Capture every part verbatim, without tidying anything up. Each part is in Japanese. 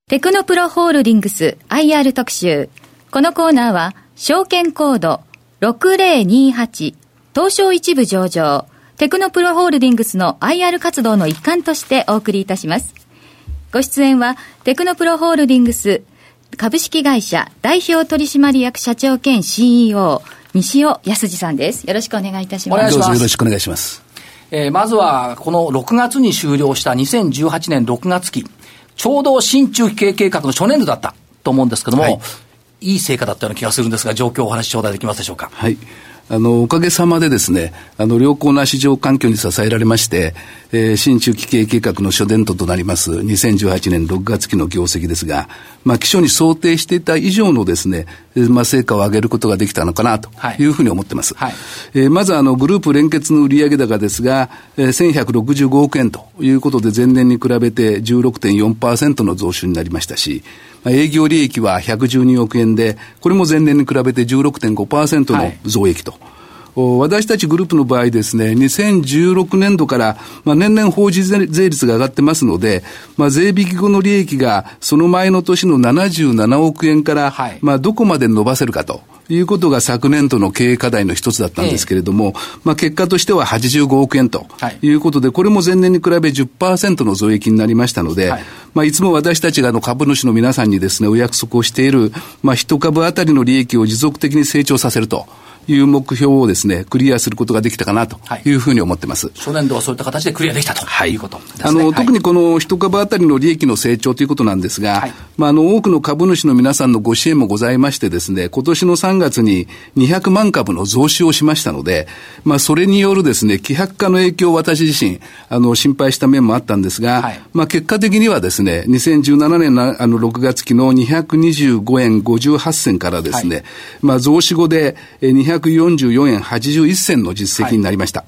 テクノプロホールディングス アイアール 特集。このコーナーは証券コードろくぜろにはち東証一部上場テクノプロホールディングスの アイアール 活動の一環としてお送りいたします。ご出演はテクノプロホールディングス株式会社代表取締役社長兼 シーイーオー 西尾康二さんです。よろしくお願いいたします。 お願いします。 どうぞよろしくお願いします。 えー、まずはこのろくがつに終了したにせんじゅうはちねんろくがつ期、ちょうど新中期経営計画の初年度だったと思うんですけども、はい、いい成果だったような気がするんですが、状況をお話し頂戴できますでしょうか。 はい、あのおかげさまでですね、あの良好な市場環境に支えられまして、えー、新中期経営計画の初年度となりますにせんじゅうはちねんろくがつ期の業績ですが、まあ、期初に想定していた以上のですね、まあ、成果を上げることができたのかなというふうに思っています。はいはい、えー、まずあのグループ連結の売上高ですが、えー、せんひゃくろくじゅうごおくえんということで前年に比べて じゅうろくてんよんパーセント の増収になりましたし、営業利益はひゃくじゅうにおくえんで、これも前年に比べて じゅうろくてんごパーセント の増益と、はい、私たちグループの場合ですね、にせんじゅうろくねんどから、まあ、年々法人税率が上がってますので、まあ、税引き後の利益がその前の年のななじゅうななおくえんから、はい、まあ、どこまで伸ばせるかということが昨年度の経営課題の一つだったんですけれども、ええ、まあ、結果としてははちじゅうごおくえんということで、はい、これも前年に比べ じゅっパーセント の増益になりましたので、はい、まあ、いつも私たちがあの株主の皆さんにですね、お約束をしている、まあ、一株あたりの利益を持続的に成長させるという目標をですね、クリアすることができたかなというふうに思ってます。はい、 初年度はそういった形でクリアできたと、はい、いうことですね。 あの、はい、特にこの一株あたりの利益の成長ということなんですが、はい、まあ、あの、多くの株主の皆さんのご支援もございましてですね、今年のさんがつににひゃくまんかぶの増資をしましたので、まあ、それによるですね、希薄化の影響を私自身、あの、心配した面もあったんですが、はい、まあ、結果的にはですね、にせんじゅうななねんのあのろくがつ期のにひゃくにじゅうごえんごじゅうはっせんからですね、はい、まあ、増資後でにひゃくよんじゅうよんえんはちじゅういっせんの実績になりました。はい、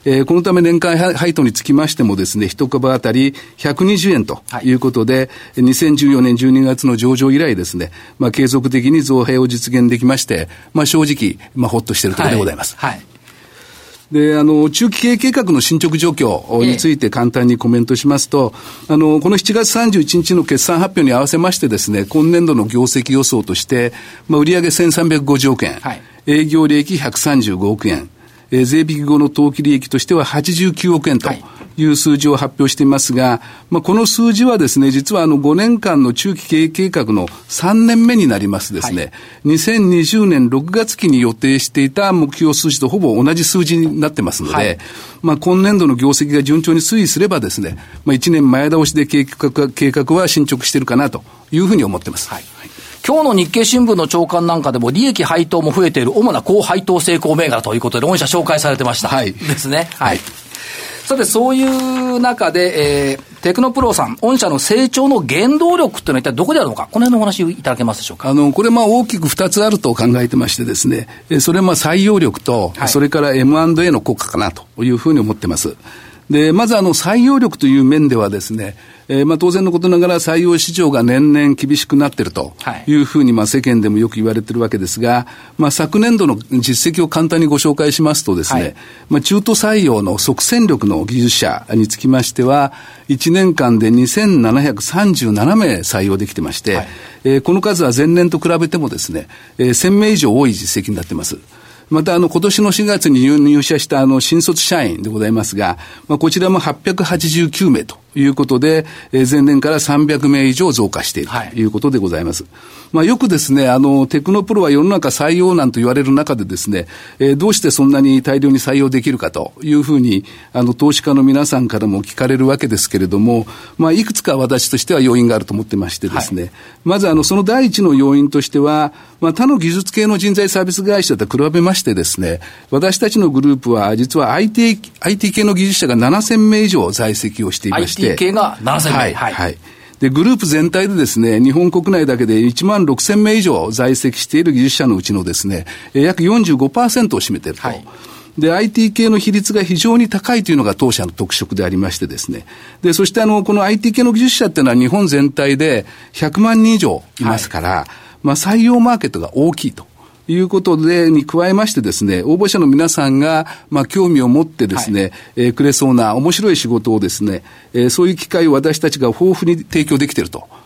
えー、このため年間配当につきましてもですね、一株あたりひゃくにじゅうえんということで、はい、にせんじゅうよねんじゅうにがつの上場以来ですね、まあ、継続的に増配を実現できまして、まあ、正直、まあ、ほっとしているところでございます。はいはい、で、あの、中期経営計画の進捗状況について簡単にコメントしますと、ええ、あの、このしちがつさんじゅういちにちの決算発表に合わせましてですね、今年度の業績予想として、まあ、売上せんさんびゃくごじゅうおくえん、はい、営業利益ひゃくさんじゅうごおくえん、えー、税引き後の当期利益としてははちじゅうきゅうおくえんという数字を発表していますが、まあ、この数字はですね、実はあのごねんかんの中期経営計画のさんねんめになりますですね、はい、にせんにじゅうねんろくがつ期に予定していた目標数字とほぼ同じ数字になってますので、はい、まあ、今年度の業績が順調に推移すればですね、まあ、いちねんまえ倒しで計画、計画は進捗しているかなというふうに思っています。はい、 今日の日経新聞の朝刊なんかでも利益配当も増えている主な高配当成功銘柄ということで御社紹介されてました。はい。ですね。はい。さて、そういう中で、えー、テクノプロさん、御社の成長の原動力というのは一体どこであるのか、この辺のお話いただけますでしょうか。 あの、これまあ大きくふたつあると考えてましてですね、それはまあ採用力と、はい、それから エムアンドエー の効果かなというふうに思ってます。で、まずあの採用力という面ではですね、えー、まあ当然のことながら採用市場が年々厳しくなっているというふうにまあ世間でもよく言われているわけですが、まあ昨年度の実績を簡単にご紹介しますとですね、はい、まあ中途採用の即戦力の技術者につきましてはいちねんかんでにせんななひゃくさんじゅうななめい採用できてまして、はい、えー、この数は前年と比べてもですね、えー、せんめい以上多い実績になっています。また、あの、今年のしがつに入社した、あの、新卒社員でございますが、まあ、こちらもはっぴゃくはちじゅうきゅうめいということで、えー、前年からさんびゃくめい以上増加しているということでございます。はい、まあ、よくですね、あの、テクノプロは世の中採用難と言われる中でですね、えー、どうしてそんなに大量に採用できるかというふうに、あの、投資家の皆さんからも聞かれるわけですけれども、まあ、いくつか私としては要因があると思ってましてですね、はい、まず、あの、その第一の要因としては、まあ、他の技術系の人材サービス会社と比べましてですね、私たちのグループは実は アイティー、アイティー 系の技術者がななせんめい以上在籍をしていまして、 アイティー 系がななせんめい、 はい、はいはい、でグループ全体でですね、日本国内だけでいちまんろくせんめい以上在籍している技術者のうちのですね、約 よんじゅうごパーセント を占めていると、はい、で アイティー 系の比率が非常に高いというのが当社の特色でありましてですね、でそしてあのこの アイティー 系の技術者っていうのは日本全体でひゃくまんにん以上いますから、はい、まあ、採用マーケットが大きいということでに加えましてですね、応募者の皆さんがまあ興味を持ってですね、はい、えー、くれそうな面白い仕事をですね、えー、そういう機会を私たちが豊富に提供できていると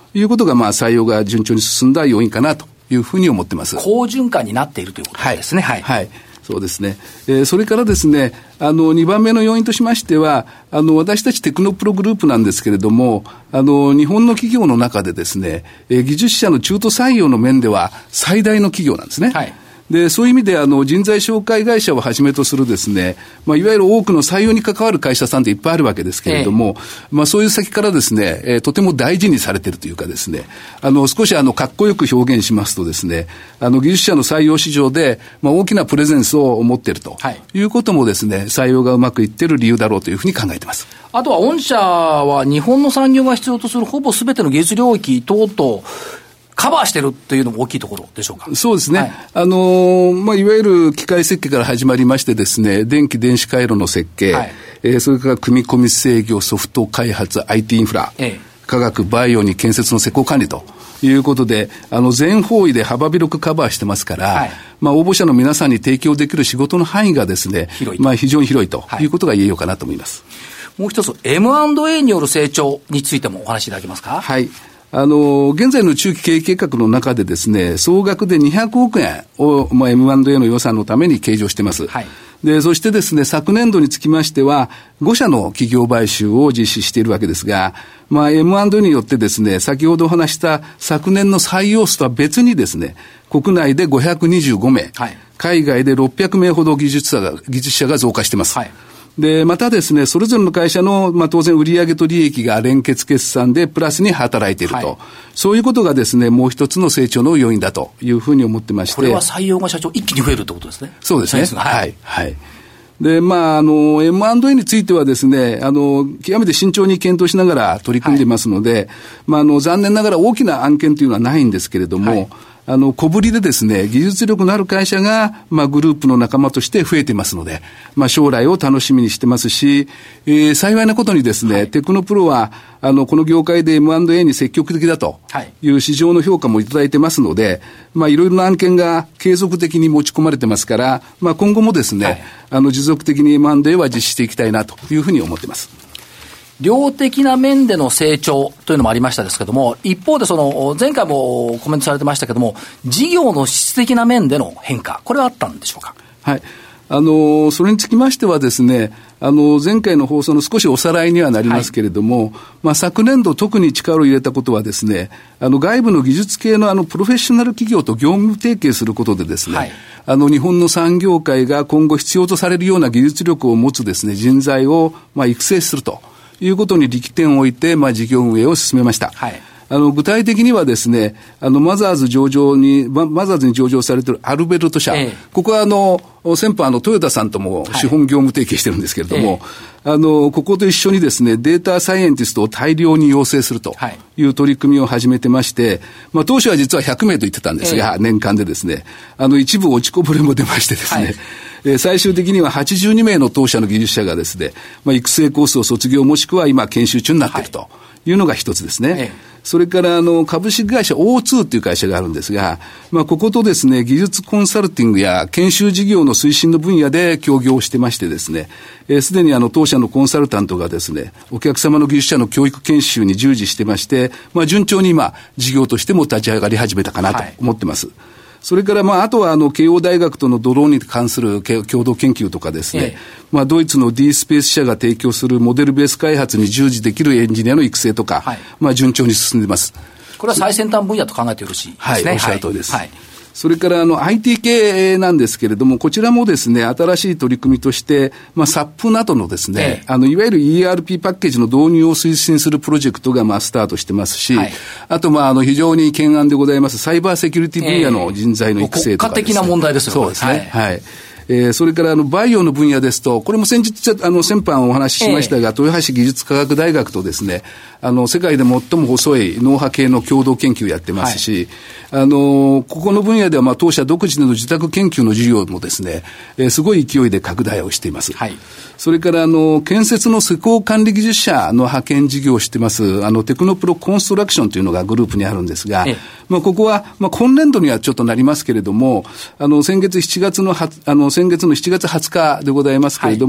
いうことが、まあ、採用が順調に進んだ要因かなというふうに思っています。 好循環になっているということですね。はい。 はい。はい、そうですね。えー、それからですね、あの、にばんめの要因としましては、あの、私たちテクノプログループなんですけれども、あの、日本の企業の中でですね、えー、技術者の中途採用の面では最大の企業なんですね。はい。で、そういう意味で、あの、人材紹介会社をはじめとするですね、まあ、いわゆる多くの採用に関わる会社さんっていっぱいあるわけですけれども、ええ、まあ、そういう先からですね、えー、とても大事にされているというかですね、あの、少しあの、かっこよく表現しますとですね、あの、技術者の採用市場で、まあ、大きなプレゼンスを持っているということもですね、採用がうまくいっている理由だろうというふうに考えています。 あとは、御社は日本の産業が必要とするほぼすべての技術領域等々、カバーしてるっていうのも大きいところでしょうか。 そうですね。はい、あのー、まあ、いわゆる機械設計から始まりましてですね、電気電子回路の設計、はい、えー、それから組み込み制御、ソフト開発、アイティー インフラ、ええ、科学、バイオに建設の施工管理ということで、あの、全方位で幅広くカバーしてますから、はい、まあ、応募者の皆さんに提供できる仕事の範囲がですね、まあ、非常に広いということが言えようかなと思います。 はい、もう一つ、エムアンドエー による成長についてもお話しいただけますか。 はい。あの、現在の中期経営計画の中でですね、総額でにひゃくおくえんを、まあ、エムアンドエー の予算のために計上しています。はい。で、そしてですね、昨年度につきましては、ごしゃの企業買収を実施しているわけですが、まあ、エムアンドエー によってですね、先ほどお話した昨年の採用数とは別にですね、国内でごひゃくにじゅうごめい、はい、海外でろっぴゃくめいほど技術者が、技術者が増加しています。はい。で、またですね、それぞれの会社の、まあ、当然売上と利益が連結決算でプラスに働いていると、はい、そういうことがですね、もう一つの成長の要因だというふうに思ってまして。 これは採用が社長一気に増えるってことですね。 そうですね。はい。はい。で、まあ、あの、エムアンドエー についてはですね、あの、極めて慎重に検討しながら取り組んでいますので、はい、まあ、あの、残念ながら大きな案件というのはないんですけれども、はい、あの、小ぶりでですね、技術力のある会社が、まあ、グループの仲間として増えていますので、まあ、将来を楽しみにしてますし、えー、幸いなことにですね、はい、テクノプロは、あの、この業界で エムアンドエー に積極的だという市場の評価もいただいてますので、まあ、いろいろな案件が継続的に持ち込まれてますから、まあ、今後もですね、はい、あの、持続的に エムアンドエー は実施していきたいなというふうに思っています。 量的な面での成長というのもありましたですけども、一方でその前回もコメントされてましたけども、事業の質的な面での変化、これはあったんでしょうか。 はい。あの、それにつきましてはですね、あの、前回の放送の少しおさらいにはなりますけれども、はい、まあ、昨年度特に力を入れたことはですね、あの、外部の技術系のあの、プロフェッショナル企業と業務提携することでですね、はい、あの、日本の産業界が今後必要とされるような技術力を持つですね、人材を、まあ、育成するということに力点を置いて、まあ、事業運営を進めました。はい。あの、具体的にはですね、あの、マザーズ上場に、マザーズに上場されているアルベルト社、ええ、ここはあの、先般あの、トヨタさんとも資本業務提携してるんですけれども、はい、あの、ここと一緒にですね、データサイエンティストを大量に養成するという取り組みを始めてまして、まあ、当初は実はひゃくめいと言ってたんですが、え、年間でですね、あの、一部落ちこぼれも出ましてですね、はい、えー、最終的にははちじゅうにめいの当社の技術者がですね、まあ、育成コースを卒業もしくは今研修中になっているというのが一つですね。はい、それからあの株式会社 オーツー という会社があるんですが、まあ、こことですね、技術コンサルティングや研修事業の推進の分野で協業をしてましてですね、す、えー、で、にあの当社のコンサルタントがですね、お客様の技術者の教育研修に従事してまして、まあ、順調に今事業としても立ち上がり始めたかなと思ってます。はい、それから、まあ、あとは、あの、慶応大学とのドローンに関する共同研究とかですね、ええ、まあ、ドイツの D スペース社が提供するモデルベース開発に従事できるエンジニアの育成とか、はい、まあ、順調に進んでいます。 これは最先端分野と考えてよろしいですね。 はい、おっしゃる通りです。はいはい、それからあの アイティー 系なんですけれども、こちらもですね、新しい取り組みとして、まあ、サップ などのですね、ええ、あの、いわゆる イーアールピー パッケージの導入を推進するプロジェクトがまあスタートしてますし、はい、あとまあ、あの、非常に懸案でございますサイバーセキュリティ分野の人材の育成とかですね。 国家的な問題ですよね。 そうですね。はい。はいえー、それからあのバイオの分野ですと、これも先日あの先般お話ししましたが、えー、豊橋技術科学大学とですね、あの世界で最も細い脳波系の共同研究をやってますし、はい、あのここの分野ではまあ当社独自での自宅研究の事業もですね、えー、すごい勢いで拡大をしています。はい、それからあの建設の施工管理技術者の派遣事業をしてますあのテクノプロコンストラクションというのがグループにあるんですが、えー、まあここはまあ今年度にはちょっとなりますけれども、あの先月しちがつのあの先月のしちがつはつかでございますけれども、はい、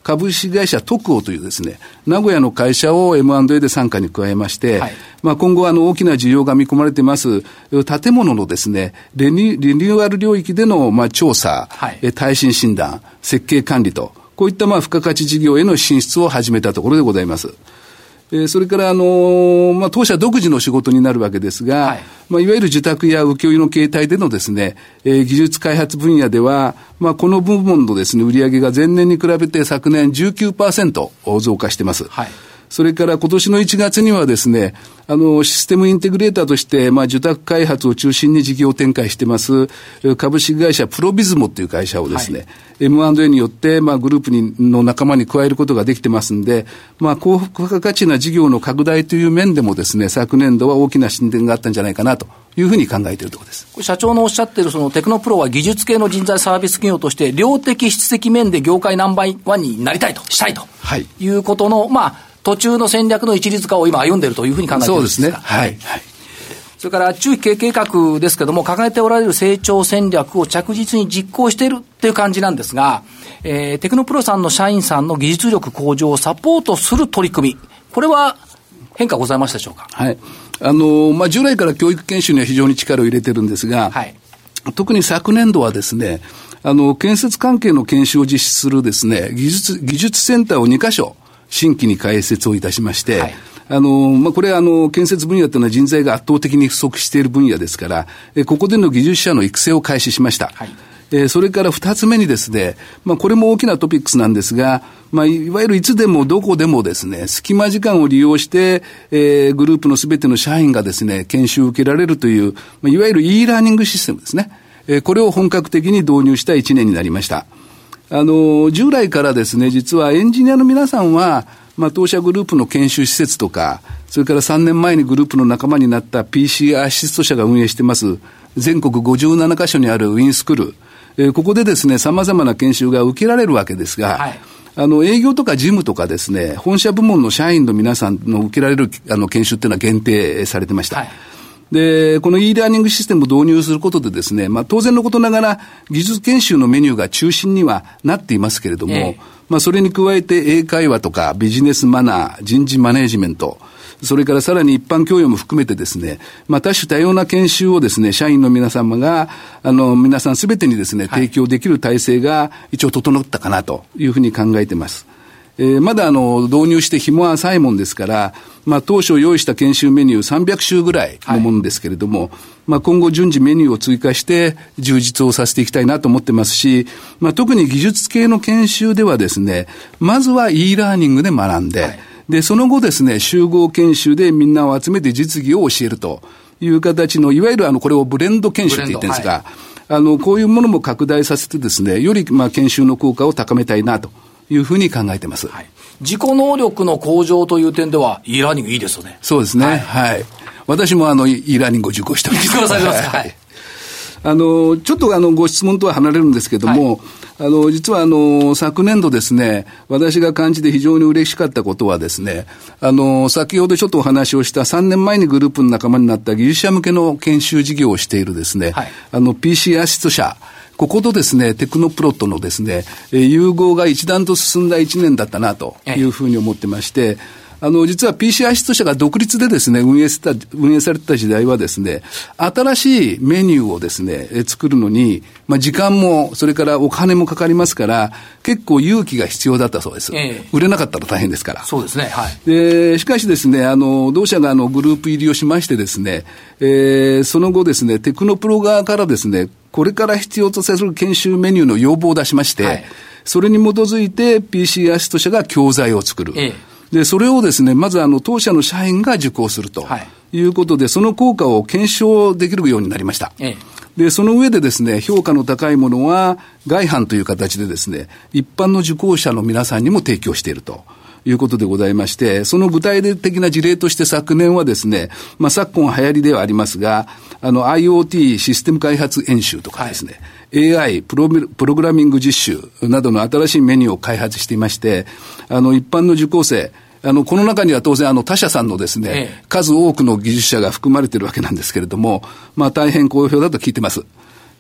株式会社徳王というですね、名古屋の会社を エムアンドエー で傘下に加えまして、はい、まあ、今後あの大きな需要が見込まれています建物のですね、リニュ、リニューアル領域でのまあ調査、はい、耐震診断、設計管理と、こういったまあ付加価値事業への進出を始めたところでございます。えー、それから、あのー、まあ、当社独自の仕事になるわけですが、はい、まあ、いわゆる受託や請負の形態でのですね、えー、技術開発分野では、まあ、この部門のですね、売上が前年に比べて昨年 じゅうきゅうパーセント 増加しています。はい。それから今年のいちがつにはですね、あの、システムインテグレーターとして、まあ、受託開発を中心に事業展開してます、株式会社プロビズモっていう会社をですね、はい、エムアンドエー によって、まあ、グループにの仲間に加えることができてますんで、まあ、高付加価値な事業の拡大という面でもですね、昨年度は大きな進展があったんじゃないかなというふうに考えているところです。 これ社長のおっしゃっているそのテクノプロは技術系の人材サービス企業として量的質的面で業界ナンバーワンになりたいと、したいと、はい、いうことの、まあ、途中の戦略の一律化を今歩んでいるというふうに考えているんですか。そうですね。はい。はい。それから中期経営計画ですけども、掲げておられる成長戦略を着実に実行しているっていう感じなんですが、えー、テクノプロさんの社員さんの技術力向上をサポートする取り組み、これは変化ございましたでしょうか。 はい。あの、まあ、従来から教育研修には非常に力を入れてるんですが、はい、特に昨年度はですね、あの、建設関係の研修を実施するですね、技術、技術センターをにカ所、新規に開設をいたしまして、はい、あの、まあ、これはあの、建設分野というのは人材が圧倒的に不足している分野ですから、えここでの技術者の育成を開始しました。はい、えー、それから二つ目にですね、まあ、これも大きなトピックスなんですが、まあ、いわゆるいつでもどこでもですね、隙間時間を利用して、えー、グループのすべての社員がですね、研修を受けられるという、まあ、いわゆる e ラーニングシステムですね。えー、これを本格的に導入した一年になりました。あの、従来からですね、実はエンジニアの皆さんは、まあ、当社グループの研修施設とか、それからさんねんまえにグループの仲間になった ピーシー アシスト社が運営してます、全国ごじゅうななカ所にあるウィンスクール、えー、ここでですね、様々な研修が受けられるわけですが、はい、あの、営業とか事務とかですね、本社部門の社員の皆さんの受けられるあの研修っていうのは限定されてました。はい、で、この e ラーニングシステムを導入することでですね、まあ当然のことながら技術研修のメニューが中心にはなっていますけれども、えー、まあそれに加えて英会話とかビジネスマナー、人事マネジメント、それからさらに一般教養も含めてですね、まあ多種多様な研修をですね、社員の皆様が、あの、皆さんすべてにですね、提供できる体制が一応整ったかなというふうに考えています。えー、まだあの導入して日も浅いもんですから、まあ当初用意した研修メニューさんびゃくしゅうぐらいのものですけれども、はい、まあ今後順次メニューを追加して充実をさせていきたいなと思ってますし、まあ特に技術系の研修ではですね、まずは e ラーニングで学んで、はい、で、その後ですね、集合研修でみんなを集めて実技を教えるという形の、いわゆるあのこれをブレンド研修って言ってるんですが、はい、あのこういうものも拡大させてですね、よりまあ研修の効果を高めたいなというふうに考えています。はい、 自己能力の向上という点では e ラーニングいいですよね。 そうですね。はい。はい、私もあの e ラーニングを受講しております。 受講されますか。はい。 あのちょっとあのご質問とは離れるんですけども、はい、あの実はあの昨年度ですね、私が感じて非常に嬉しかったことはですね、あの先ほどちょっとお話をしたさんねんまえにグループの仲間になった技術者向けの研修事業をしているですね、はい、あの ピーシー アシスト社、こことですね、テクノプロとのですね、えー、融合が一段と進んだ一年だったなというふうに思ってまして、あの、実は ピーシー アシスト社が独立でですね、運営した、運営されてた時代はですね、新しいメニューをですね、作るのに、まあ、時間も、それからお金もかかりますから、結構勇気が必要だったそうです。えー、売れなかったら大変ですから。 そうですね。はい。 で、しかしですね、あの、同社があの、グループ入りをしましてですね、えー、その後ですね、テクノプロ側からですね、これから必要とされる研修メニューの要望を出しまして、はい、それに基づいて ピーシー アシスト社が教材を作る。ええ、で、それをですね、まずあの、当社の社員が受講するということで、はい、その効果を検証できるようになりました。ええ、で、その上でですね、評価の高いものは外販という形でですね、一般の受講者の皆さんにも提供しているということでございまして、その具体的な事例として昨年はですね、まあ昨今流行りではありますが、あの IoT システム開発演習とかですね、はい、エーアイ プロ、プログラミング実習などの新しいメニューを開発していまして、あの一般の受講生、あの、この中には当然あの他社さんのですね、ええ、数多くの技術者が含まれているわけなんですけれども、まあ大変好評だと聞いてます。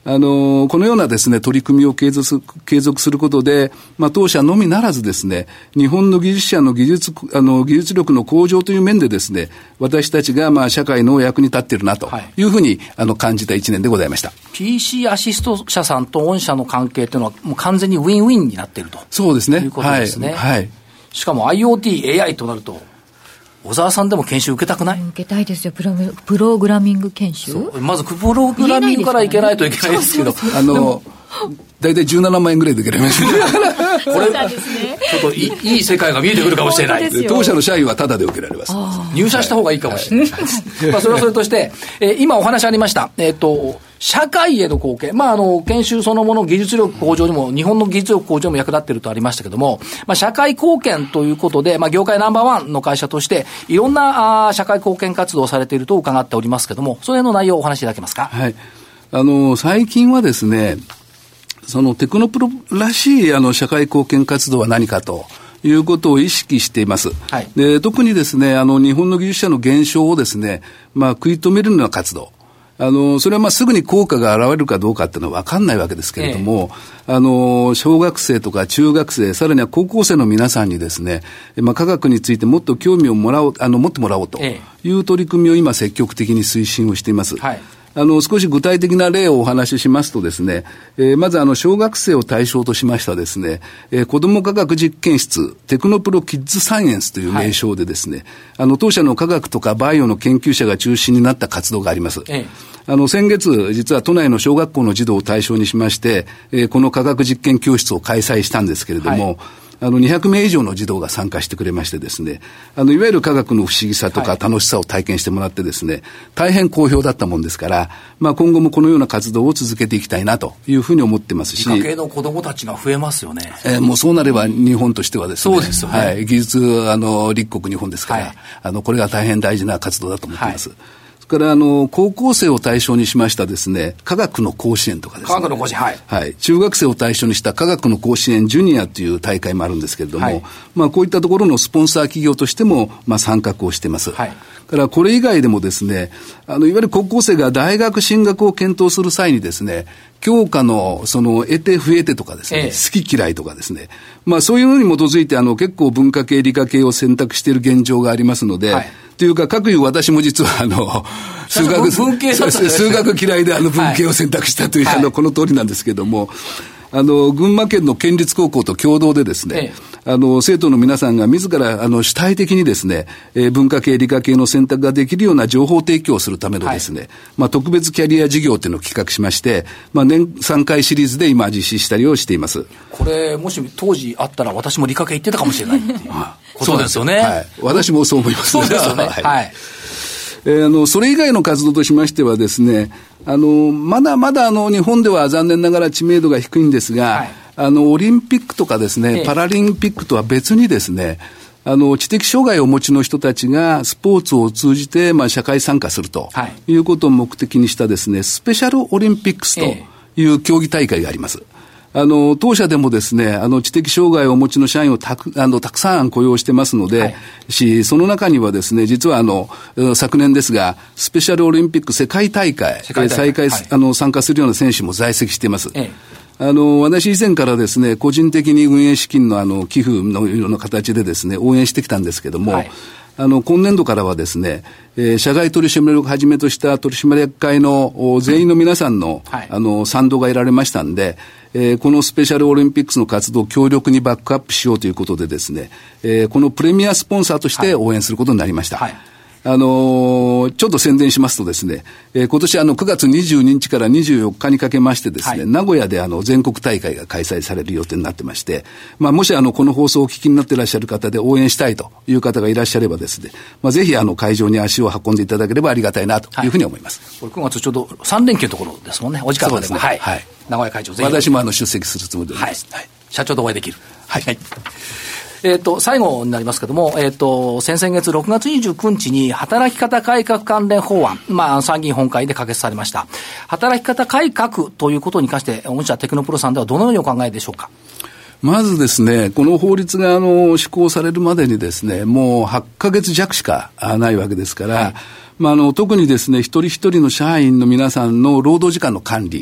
あの、このようなですね、取り組みを継続する、継続することで、まあ、当社のみならずですね、日本の技術者の技術、あの、技術力の向上という面でですね、私たちが、まあ、社会の役に立っているな、というふうに、はい、あの、感じた一年でございました。 ピーシー アシスト社さんと御社の関係というのは、もう完全にウィンウィンになっていると。 そうですね。 いうことですね。 はい。はい、 しかも IoT、エーアイ となると、小沢さんでも研修受けたくない？ 受けたいですよ。プロ、プログラミング研修。 まずプログラミングからいけないといけないですけど、 あのだいたいじゅうななまん円ぐらいで受けられますこれ、ね、ちょっとい い, いい世界が見えてくるかもしれない。 当社の社員はタダで受けられます。 入社した方がいいかもしれない、はいはいまあ、それはそれとして、えー、今お話ありました、えーと社会への貢献、まあ、あの、研修そのもの技術力向上にも、日本の技術力向上にも役立っているとありましたけども、まあ、社会貢献ということで、まあ、業界ナンバーワンの会社として、いろんなあ社会貢献活動をされていると伺っておりますけども、それの内容をお話しいただけますか。 はい。あの、最近はですね、そのテクノプロらしい、あの、社会貢献活動は何かと、いうことを意識しています。はい、で、特にですね、あの、日本の技術者の減少をですね、まあ、食い止めるような活動。あの、それはまあすぐに効果が現れるかどうかっていうのは分かんないわけですけれども、ええ、あの、小学生とか中学生、さらには高校生の皆さんにですね、まあ科学についてもっと興味をもらおう、あの、持ってもらおうという取り組みを今積極的に推進をしています。はい。あの、少し具体的な例をお話ししますとですね、えー、まずあの、小学生を対象としましたですね、えー、子ども科学実験室、テクノプロキッズサイエンスという名称でですね、はい、あの、当社の科学とかバイオの研究者が中心になった活動があります。ええあの、先月、実は都内の小学校の児童を対象にしまして、えー、この科学実験教室を開催したんですけれども、はいあの、にひゃくめい以上の児童が参加してくれましてですね、あの、いわゆる科学の不思議さとか楽しさを体験してもらってですね、はい、大変好評だったもんですから、まあ、今後もこのような活動を続けていきたいなというふうに思ってますし。 理科系の子供たちが増えますよね。 えー、もうそうなれば日本としてはですね。 そうですよね。 はい。技術、あの、立国日本ですから、はい、あの、これが大変大事な活動だと思っています。はいそれからあの高校生を対象にしましたですね科学の甲子園とかですね科学の甲子園はい、 はい、中学生を対象にした科学の甲子園ジュニアという大会もあるんですけれども、はい、まあこういったところのスポンサー企業としてもまあ参画をしています。はい。からこれ以外でもですねあのいわゆる高校生が大学進学を検討する際にですね教科のその得手不得手とかですね、ええ、好き嫌いとかですねまあそういうのに基づいてあの結構文化系理科系を選択している現状がありますので、はいというか、各いう私も実は、あの、数学、 文系だったんですね、 数学嫌いであの文系を選択したという、はい、あの、この通りなんですけども、あの、群馬県の県立高校と共同でですね、ええ、あの、生徒の皆さんが自ら、あの、主体的にですね、えー、文化系、理科系の選択ができるような情報提供をするためのですね、はい、まあ、特別キャリア事業というのを企画しまして、まあ、年さんかいシリーズで今実施したりをしています。 これ、もし当時あったら私も理科系行ってたかもしれないっていうことですよね。 はい。私もそう思いますね。そうですよね。はい。はいえー、あの、それ以外の活動としましてはですね、あの、まだまだあの、日本では残念ながら知名度が低いんですが、はい、あの、オリンピックとかですね、ええ、パラリンピックとは別にですね、あの、知的障害をお持ちの人たちがスポーツを通じて、まあ、社会参加するということを目的にしたですね、スペシャルオリンピックスという競技大会があります。ええあの、当社でもですね、あの、知的障害をお持ちの社員をたく、あの、たくさん雇用してますので、はい、し、その中にはですね、実はあの、昨年ですが、スペシャルオリンピック世界大会、世界大会再開、はい、あの、参加するような選手も在籍しています。ええ、あの、私以前からですね、個人的に運営資金のあの、寄付のような形でですね、応援してきたんですけども、はいあの、今年度からはですね、えー、社外取締役をはじめとした取締役会の全員の皆さんの、はい、あの、賛同が得られましたんで、えー、このスペシャルオリンピックスの活動を強力にバックアップしようということでですね、えー、このプレミアスポンサーとして応援することになりました。はいはいあのー、ちょっと宣伝しますとですね、えー、今年あのくがつにじゅうににちからにじゅうよっかにかけましてですね、はい、名古屋であの全国大会が開催される予定になってまして、まあもしあのこの放送をお聞きになっていらっしゃる方で応援したいという方がいらっしゃればですね、まあぜひあの会場に足を運んでいただければありがたいなというふうに思います。 はい、これくがつちょうどさん連休のところですもんね、お時間がですね。はい。はい、名古屋会場ぜひ。 私もあの出席するつもりでおります。はい。はい、 社長とお会いできる。はい。はいえっ、ー、と、最後になりますけども、えっ、ー、と、先々月ろくがつにじゅうくにちに働き方改革関連法案、まあ、参議院本会で可決されました。働き方改革ということに関して、御社テクノプロさんではどのようにお考えでしょうか。 まずですね、この法律があの施行されるまでにですね、もうはちかげつ弱しかないわけですから、はいまあ、あの特にですね、一人一人の社員の皆さんの労働時間の管理、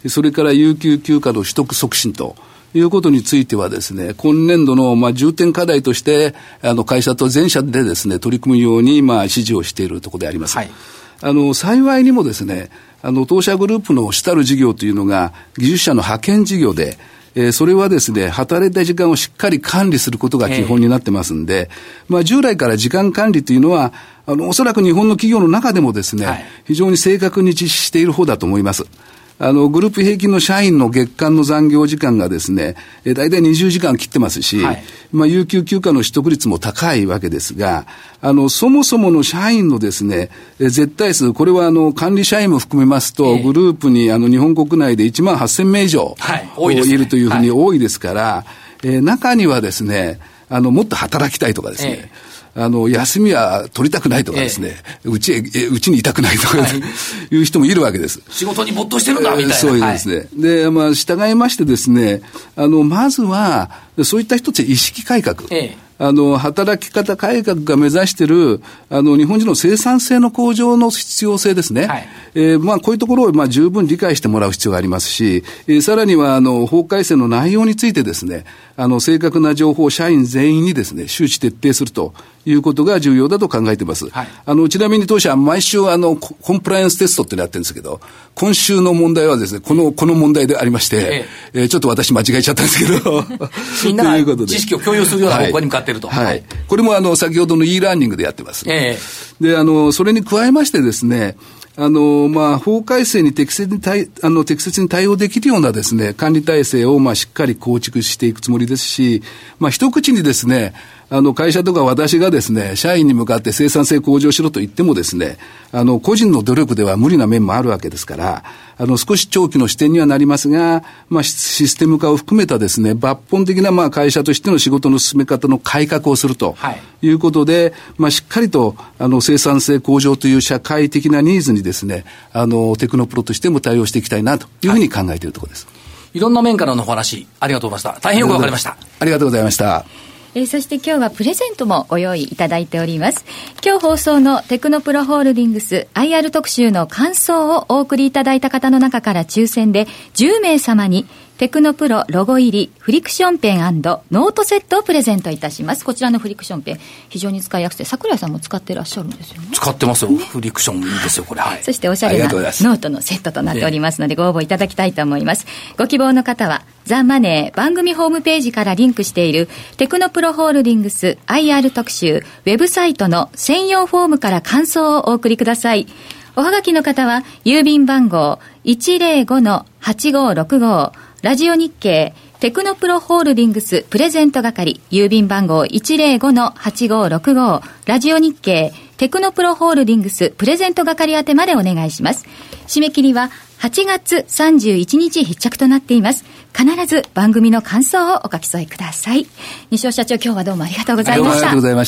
それから有給休暇の取得促進ということについてはですね、今年度のまあ重点課題として、あの会社と全社でですね、取り組むようにまあ指示をしているところであります。はい、あの、幸いにもですね、あの、当社グループの主たる事業というのが、技術者の派遣事業で、えー、それはですね、働いた時間をしっかり管理することが基本になってますんで、まあ、従来から時間管理というのは、あの、おそらく日本の企業の中でもですね、はい、非常に正確に実施している方だと思います。あの、グループ平均の社員の月間の残業時間がですね、えー、大体にじゅうじかん切ってますし、はい、まあ、有給休暇の取得率も高いわけですが、あの、そもそもの社員のですね、えー、絶対数、これはあの、管理社員も含めますと、えー、グループにあの、日本国内でいちまんはっせんめい以上、はい、多いですね、いるというふうに多いですから、はい、えー、中にはですね、あの、もっと働きたいとかですね、えーあの、休みは取りたくないとかですね、ええ、うちへ、うちにいたくないとか、はい、いう人もいるわけです。 仕事に没頭してるんだ、みたいな。 そうですね。はい、で、まあ、従いましてですね、あの、まずは、そういった一つ意識改革。ええ、あの、働き方改革が目指している、あの、日本人の生産性の向上の必要性ですね。はい、えー、まあ、こういうところを、まあ、十分理解してもらう必要がありますし、えー、さらには、あの、法改正の内容についてですね、あの、正確な情報を社員全員にですね、周知徹底するということが重要だと考えています。はい、あの、ちなみに当社は毎週、あの、コンプライアンステストってのやってるんですけど、今週の問題はですね、この、この問題でありまして、えええー、ちょっと私間違えちゃったんですけど、 みんなが知識を共有するような方向に向かっていると。 はい。はい、これもあの、先ほどの e ラーニングでやってます。ええ、で、あの、それに加えましてですね、あの、まあ、法改正に適切に対、あの、適切に対応できるようなですね、管理体制を、まあ、しっかり構築していくつもりですし、まあ、一口にですね、あの、会社とか私がですね、社員に向かって生産性向上しろと言ってもですね、あの、個人の努力では無理な面もあるわけですから、あの、少し長期の視点にはなりますが、まあ、システム化を含めたですね、抜本的な、まあ、会社としての仕事の進め方の改革をするということで、はい、まあ、しっかりと、あの、生産性向上という社会的なニーズにですね、あの、テクノプロとしても対応していきたいなというふうに考えているところです。 はい、いろんな面からのお話、ありがとうございました。大変よくわかりました。 ありがとうございました。 えー、そして今日はプレゼントもご用意いただいております。今日放送のテクノプロホールディングス アイアール 特集の感想をお送りいただいた方の中から抽選でじゅうめい様にテクノプロロゴ入りフリクションペン&ノートセットをプレゼントいたします。こちらのフリクションペン非常に使いやすくて、桜井さんも使ってらっしゃるんですよね。 使ってますよ、ね、フリクションいいですよこれ、はい、 そしておしゃれなノートのセットとなっておりますので、ご応募いただきたいと思います。ご希望の方はザ・マネー番組ホームページからリンクしているテクノプロホールディングス アイアール 特集ウェブサイトの専用フォームから感想をお送りください。おはがきの方は郵便番号 いちゼロごのはちごろくご ラジオ日経テクノプロホールディングスプレゼント係、郵便番号 いちゼロごのはちごろくご ラジオ日経テクノプロホールディングスプレゼント係宛てまでお願いします。締め切りははちがつさんじゅういちにち必着となっています。必ず番組の感想をお書き添えください。西尾社長、今日はどうもありがとうございました。 ありがとうございました。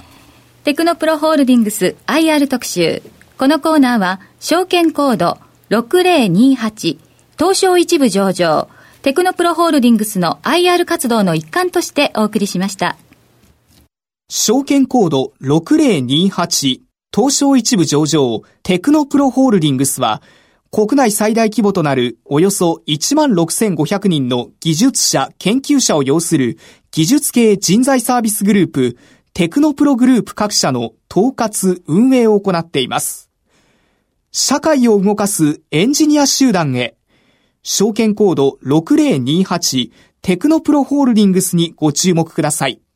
テクノプロホールディングス アイアール 特集、このコーナーは証券コードろくゼロにはち東証一部上場テクノプロホールディングスの アイアール 活動の一環としてお送りしました。 証券コードろくゼロにはち東証一部上場テクノプロホールディングスは、国内最大規模となるおよそいちまんろくせんごひゃくにんの技術者、研究者を要する技術系人材サービスグループテクノプログループ各社の統括運営を行っています。社会を動かすエンジニア集団へ、証券コードろくゼロにはちテクノプロホールディングスにご注目ください。